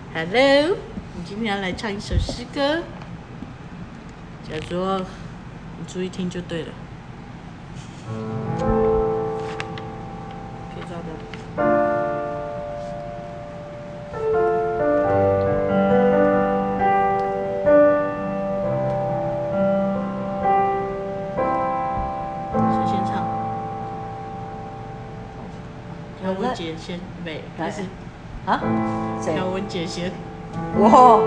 Hello，我们今天要来唱一首诗歌，叫做“你注意听就对了”。可以照的。谁先唱？姚文杰先，没开始。 啊？谁？ 姚文杰先。 我。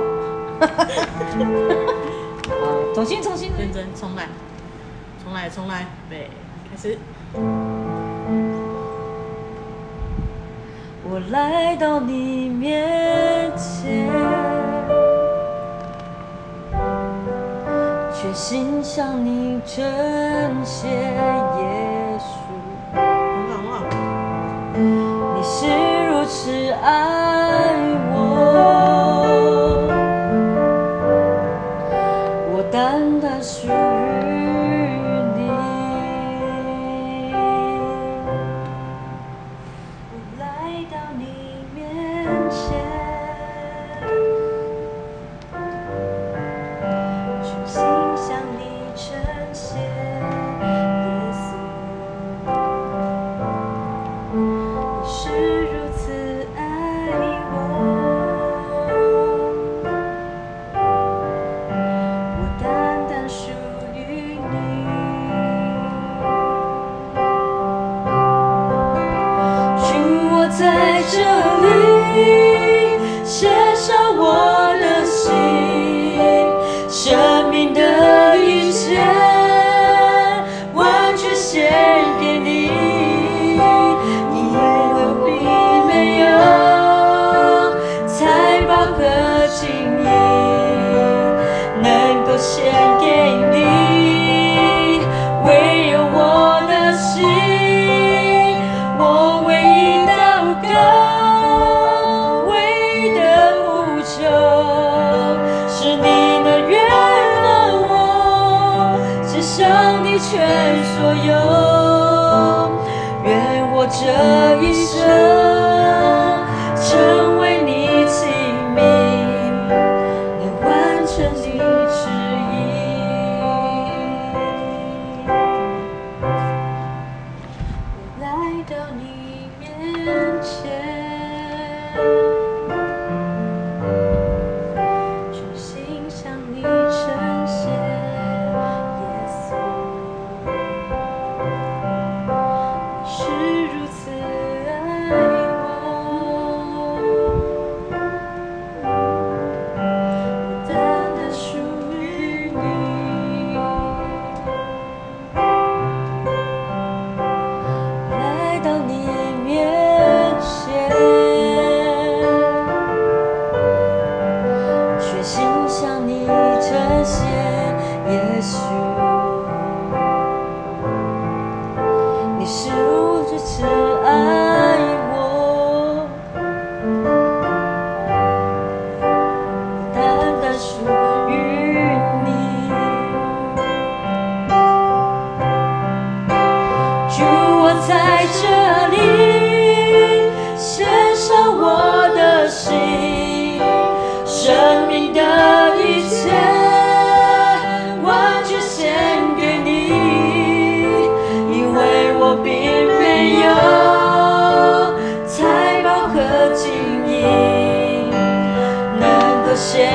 重新， 认真，重来，对，开始。 我来到你面前，全心向你呈现耶稣。 很好。 你是如此爱我，我单单属于你。我来到你面前，全心向你呈现耶稣。你是如此爱我，我单单属于你。主，我在这里献上我的心，生命的一切完全献给你，因为我并没有财宝和金银能够献给你，唯有我的心，我唯一祷告，唯一的呼求，是你能悦纳我献上你全所有，愿我这一生成为你器皿，来完成你旨意。我来到你面前，全心向你呈现耶稣。你是如此爱我，我单单属于你。来到你面前，全心向你呈现耶稣。你是如此爱我，我单单属于你。主，我在这里献上我的心，生命的一切完全献给你，因为我并没有财宝和金银能够献